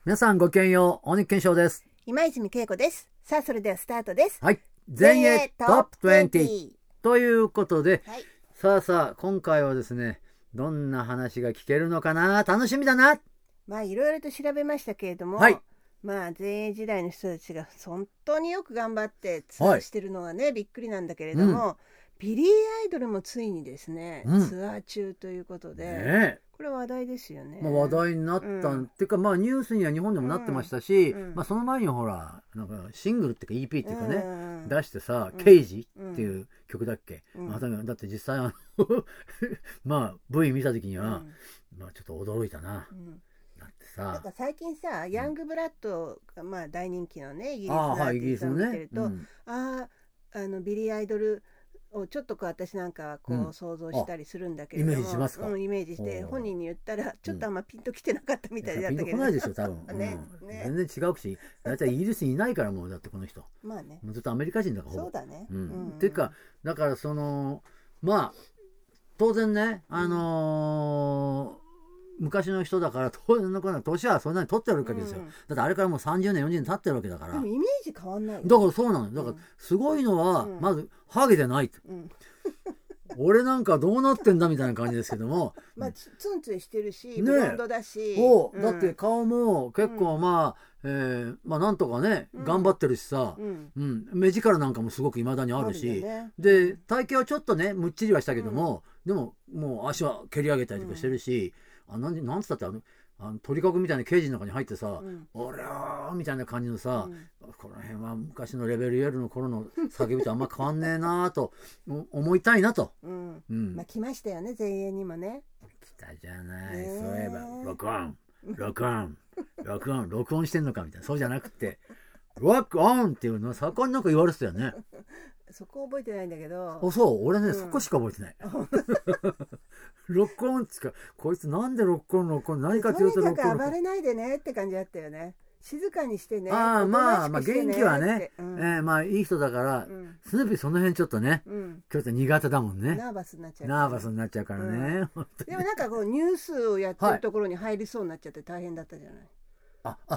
皆さんごきげんよう、大西健翔です。 今泉恵子です。さあそれではスタートです。 はい、前衛トップ20ということで、 はい、 さあ今回はですね、どんな話が聞けるのかな、楽しみだな。 まあいろいろと調べましたけれども、 はい、 まあ前衛時代の人たちが本当によく頑張ってツアーしてるのはね、びっくりなんだけれども、ビリー・アイドルもついにですね、ツアー中ということで、これ話題ですよね。 話題になった、っていうかニュースには日本でもなってましたし、その前にほらなんかシングルっていうか EP っていうかね、出してさ、ケイジっていう曲だっけ、だって実際V 見た時には、ちょっと驚いたな。だってさ、 だから最近さ、ヤングブラッドが大人気のね、イギリスのアーティストを見てると、ビリー・アイドルをちょっと私なんかはこう想像したりするんだけれども、 イメージしますか？ イメージして本人に言ったらちょっとあんまピンときてなかったみたいだったけど、 ピンとこないですよ多分全然違うし、だいたいイギリスにいないからもう、だってこの人まあね、 ずっとアメリカ人だからほぼ。 そうだね、 っていうかだからその当然ね、昔の人だから当然の年はそんなに取ってるわけですよ、だってあれからもう30年40年経ってるわけだから。 でもイメージ変わんないよ、 だからそうなの。だからすごいのは、まずハゲでないと、俺なんかどうなってんだみたいな感じですけどもツンツンしてるし、ブロンドだし、 だって顔も結構なんとかね、頑張ってるしさ、目力なんかもすごく未だにあるし、で体型はちょっとねむっちりはしたけども、でももう足は蹴り上げたりとかしてるし、なんつったって鳥かごみたいなケージの中に入ってさ、おりゃーみたいな感じのさ、この辺は昔のレベル L の頃の叫びとあんま変わんねえなと思いたいなと。 来ましたよね、前衛にもね。 来たじゃない、そういえば録音してんのかみたいな、そうじゃなくてロックオンっていうの盛んになんか言われてたよね。 そこ覚えてないんだけど。 俺ね、そこしか覚えてない。ロックオンってか、こいつなんでロックオン何かっていうとロックオン。 とにかく暴れないでねって感じだったよね。静かにしてね。 元気はね、いい人だから、スヌーピーその辺ちょっとね、ちょっと苦手だもんね。 ナーバスになっちゃうからね。 でもなんかこうニュースをやってるところに入りそうになっちゃって大変だったじゃない。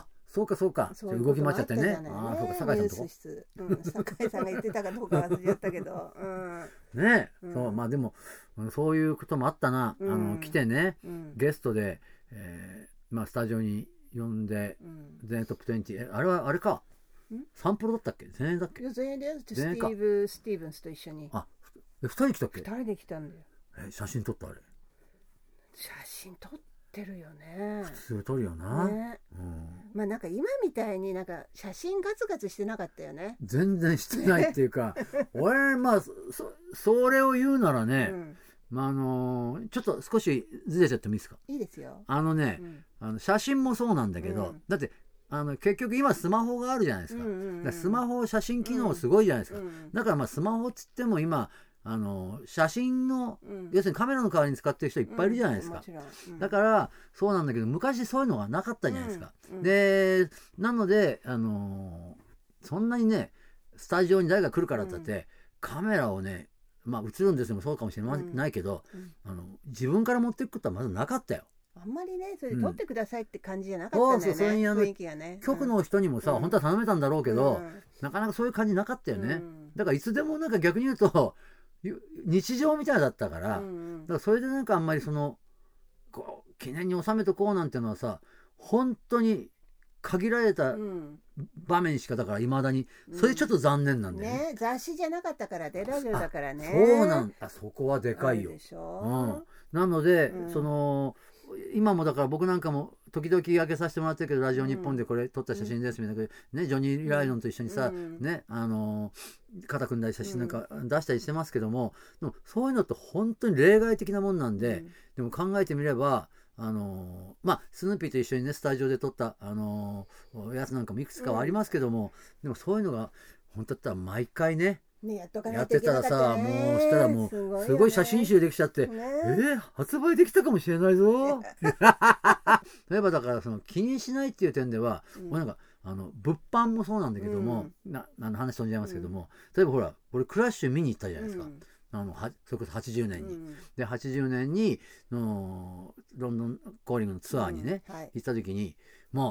そうか動き回っちゃってね。そうか、酒井さんとこ。 酒井さんが言ってたかどうか忘れちゃったけど。 ね、でもそういうこともあったな。来てね、ゲストでスタジオに呼んで、全トップ20、あれか、サンプルだったっけ？全員だっけ？ 全員でスティーブンスと一緒に。 2人来たっけ？ 2人で来たんだよ。 写真撮った？あれ写真撮ってるよね。 普通撮るよな。 なんか今みたいになんか写真ガツガツしてなかったよね。 全然してないっていうか俺それを言うならね、ちょっと少しずれちゃってもいいですか？ いいですよ。 写真もそうなんだけど、だって結局今スマホがあるじゃないですか。スマホ写真機能すごいじゃないですか。だからスマホっつっても今写真の、要するにカメラの代わりに使ってる人いっぱいいるじゃないですか。だからそうなんだけど、昔そういうのがなかったじゃないですか。でなのでそんなにねスタジオに誰が来るからって、カメラをね映るんですよもそうかもしれないけど、自分から持っていくことはまずなかったよ。 あんまりねそれで撮ってくださいって感じじゃなかったんだよね。雰囲気がね。 局の人にもさ、本当は頼めたんだろうけど、なかなかそういう感じなかったよね。だからいつでもなんか逆に言うと日常みたいだったから、だからそれでなんかあんまり記念に収めとこうなんていうのはさ、本当に限られた場面しかだからいまだにそれちょっと残念なんだよね。 雑誌じゃなかったからでラジオだからね。 そうなんだ。そこはでかいよ。なので今もだから僕なんかも時々開けさせてもらってるけど、ラジオ日本でこれ撮った写真ですみたいな、ね、ジョニー・ライドンと一緒にさ、ね、肩組んだり写真なんか出したりしてますけども、でもそういうのって本当に例外的なもんなんで、でも考えてみればスヌーピーと一緒にねスタジオで撮ったやつなんかもいくつかはありますけども、でもそういうのが本当だったら毎回ねやってたらさ、もうしたらもうすごい写真集できちゃって、発売できたかもしれないぞ。例えばだから気にしないっていう点では、なんか物販もそうなんだけども、話飛んじゃいますけども、例えばほら俺クラッシュ見に行ったじゃないですか。それこそ80年に、で80年にロンドンコーリングのツアーにね、行った時にも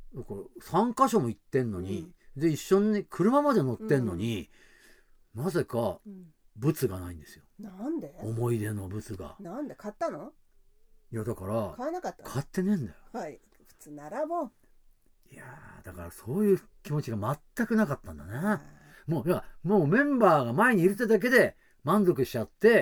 3カ所も行ってんのに、で一緒に車まで乗ってんのに、なぜかブツがないんですよ。 なんで？ 思い出のブツが。 なんで買ったの？ いやだから買わなかったの？ 買ってねえんだよ。 はい、普通並ぼう。 いやだからそういう気持ちが全くなかったんだね。もうメンバーが前にいるってだけで満足しちゃって、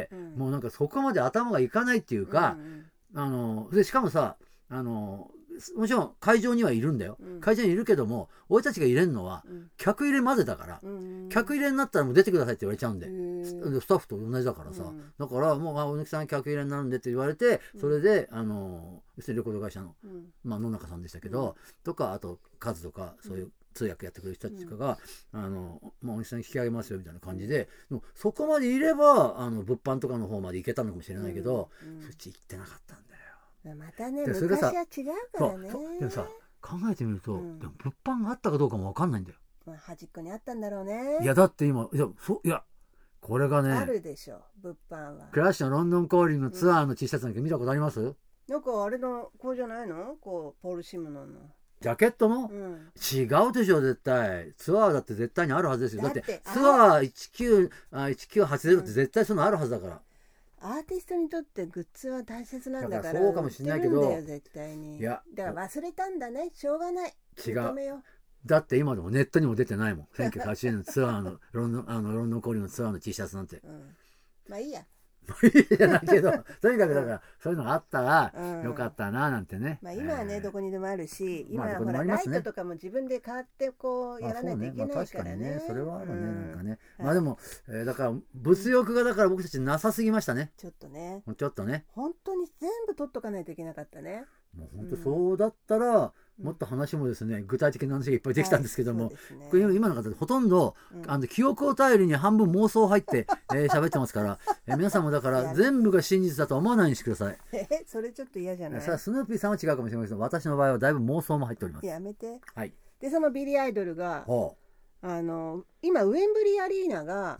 もうなんかそこまで頭がいかないっていうか、でしかもさもちろん会場にはいるんだよ、会場にいるけども俺たちが入れるのは客入れまでだから、客入れになったらもう出てくださいって言われちゃうんで、スタッフと同じだからさ、だからもうお抜きさん客入れになるんでって言われて、それで要するにレコード会社の野中さんでしたけど、とかあとカズとかそういう通訳やってくれる人たちとかがおじさん引き上げますよみたいな感じで、そこまでいれば物販とかの方まで行けたのかもしれないけど、そっち行ってなかったんだよ。 またね、昔は違うからね。 でもさ考えてみると、でも物販があったかどうかも分かんないんだよ。 端っこにあったんだろうね。 いやだって今これがねあるでしょ物販は。 クラッシュのロンドンコーリンのツアーの T シャツなんか見たことあります？ なんかあれのこうじゃないの？ポール・シムノンのジャケットの、違うでしょ絶対。ツアーだって絶対にあるはずですよ。だってツアー1980って絶対そのあるはずだから。 アーティストにとってグッズは大切なんだから。 そうかもしれないけど、 絶対に。いやだから忘れたんだね。しょうがない。 違う。だって今でもネットにも出てないもん。1980年のツアーのロンドンコーリンのツアーの T シャツなんて。 まあいいや。 じゃないけど、とにかくだからそういうのがあったらよかったななんてね。 まあ今はねどこにでもあるし、今はほらライトとかも自分で買ってこうやらないといけないからね。 それはあるねなんかね。まあでもだから物欲がだから僕たちなさすぎましたね。 ちょっとね。 本当に全部取っとかないといけなかったね。 もう本当そうだったらもっと話もですね具体的な話がいっぱいできたんですけども、今の方ほとんど記憶を頼りに半分妄想入って喋ってますから皆さんもだから全部が真実だと思わないようにしてください。 それちょっと嫌じゃない？ さあスヌーピーさんは違うかもしれませんけど、私の場合はだいぶ妄想も入っております。 やめて。 はい。 でそのビリー・アイドルが今ウェンブリーアリーナが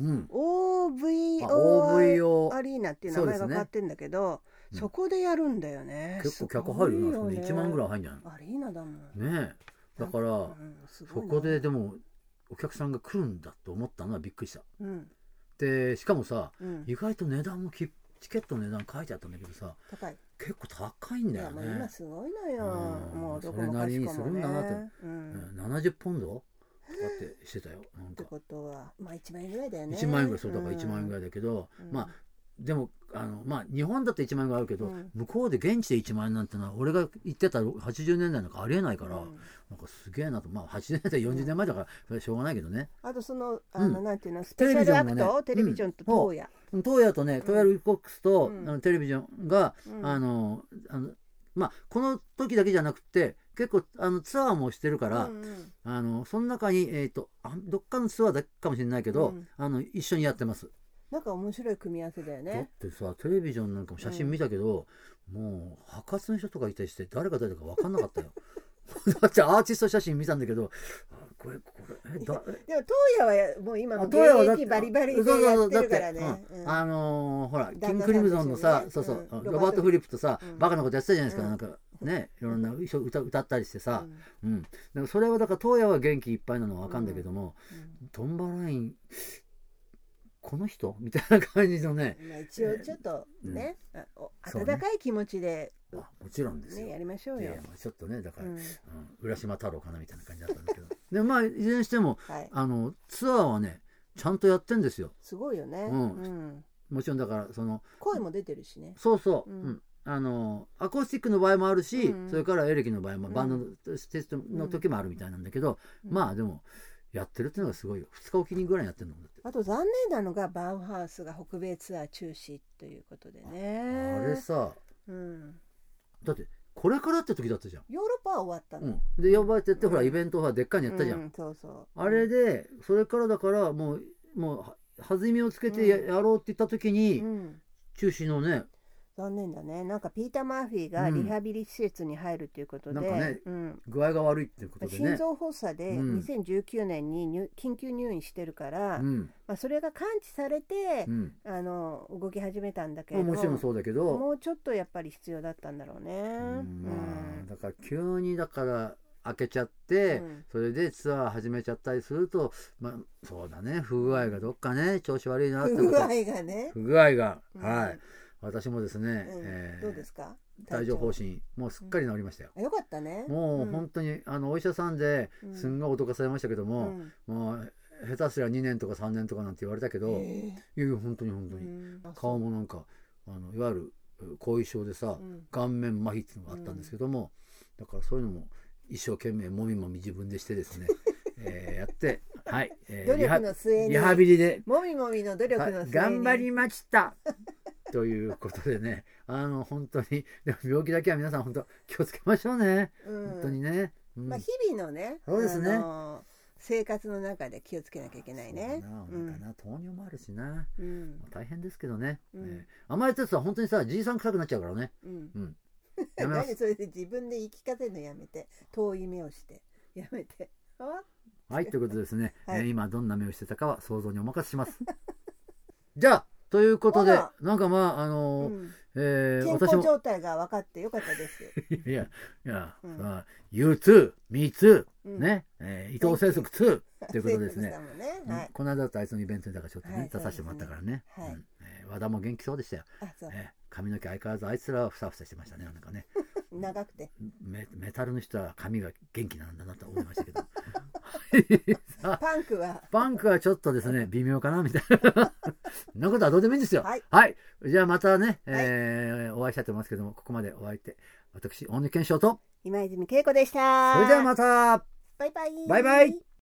OVO アリーナっていう名前が変わってるんだけど、そこでやるんだよね。 結構客入るよね。1万ぐらい入んじゃない？ アリーナだもんね。だからそこででもお客さんが来るんだと思ったのはびっくりした。でしかもさ、意外と値段もチケットの値段書いてあったんだけどさ、結構高いんだよね。 今すごいのよ。もうそれなりにするんだなと。70ポンドとかってしてたよ。 ってことはまあ1万円ぐらいだよね。 1万円ぐらい、そうだから1万円ぐらいだけど、まあでも日本だって1万円ぐらいあるけど、向こうで現地で1万円なんてのは俺が言ってた80年代なんかありえないから、なんかすげえなと。まあ80年代40年前だからそれはしょうがないけどね。 あとそのなんていうのスペシャルアクト、テレビジョンと東野とね、トヤルコックスとテレビジョンがまあこの時だけじゃなくて結構ツアーもしてるから、その中にどっかのツアーだけかもしれないけど一緒にやってます。 なんか面白い組み合わせだよね。 だってさテレビジョンなんかも写真見たけど、もう白髪の人とかいたりして誰が誰だか分かんなかったよ。だってアーティスト写真見たんだけど、これでも東野はもう今も現役バリバリでやってるからね。 ほらキングクリムゾンのさ、そうそうロバート・フリップとさバカなことやってたじゃないですか。なんかねいろんな歌ったりしてさ、だからそれはだから東野は元気いっぱいなのは分かんだけども、トンバラインこの人みたいな感じのね、 一応ちょっとね、温かい気持ちでもちろんですよ、 やりましょうよ。 ちょっとねだから浦島太郎かなみたいな感じだったんだけど、でまあいずれにしてもツアーはねちゃんとやってんですよ。 すごいよね。 もちろんだからその声も出てるしね。 そうそうアコースティックの場合もあるし、それからエレキの場合もバンドのテストの時もあるみたいなんだけど、まあでもやってるっていうのがすごいよ。2日おきにぐらいやってるの。 あと残念なのがバウハウスが北米ツアー中止ということでね。 あれさ、だってこれからって時だったじゃん。 ヨーロッパは終わったの。 で呼ばれてってほらイベントはでっかいのやったじゃん。あれでそれからだからもう弾みをつけてやろうって言った時に中止のね。 残念だね。なんかピーター・マーフィーがリハビリ施設に入るということで、 なんかね、具合が悪いっていうことでね、 心臓発作で2019年に緊急入院してるから、それが感知されて、動き始めたんだけど、 もちろんそうだけどもうちょっとやっぱり必要だったんだろうね。 だから急にだから開けちゃって、それでツアー始めちゃったりすると、そうだね、不具合がどっかね調子悪いなってこと。 不具合がね。 不具合が、はい。私もですね、 どうですか？ 帯状疱疹もうすっかり治りましたよ。 よかったね。 もう本当にお医者さんですんごい脅かされましたけども、もう下手すりゃ2年とか3年とかなんて言われたけど、いやいや本当に顔もなんかいわゆる後遺症でさ、顔面麻痺っていうのがあったんですけども、だからそういうのも一生懸命もみもみ自分でしてですねやって、はい、 努力の末にリハビリでもみもみの努力の末に頑張りましたということでね、本当にでも病気だけは皆さん本当気をつけましょうね、本当にね、 日々のね、 そうですね、 生活の中で気をつけなきゃいけないね。 糖尿もあるしな、大変ですけどね、甘いやつは本当にさじいさん臭くなっちゃうからね。 何それで自分で言い聞かせるのやめて、遠い目をしてやめて。 はい、ということでですね、今どんな目をしてたかは想像にお任せしますじゃあということで、なんか健康状態が分かってよかったですいや U2、Me2、ね、伊藤清則2ということですね。この間だとあいつのイベントにだからちょっとね出させてもらったからね。和田も元気そうでしたよ。髪の毛相変わらずあいつらはふさふさしてましたね。なんかね長くてメタルの人は髪が元気なんだなと思いましたけどパンクはちょっとですね微妙かなみたいなそんなことはどうでもいいんですよ。はい、じゃあまたね、お会いしたいと思いますけども、ここまでお相手私大貫健翔と今泉恵子でした。 それではまた、 バイバイ。 バイバイ。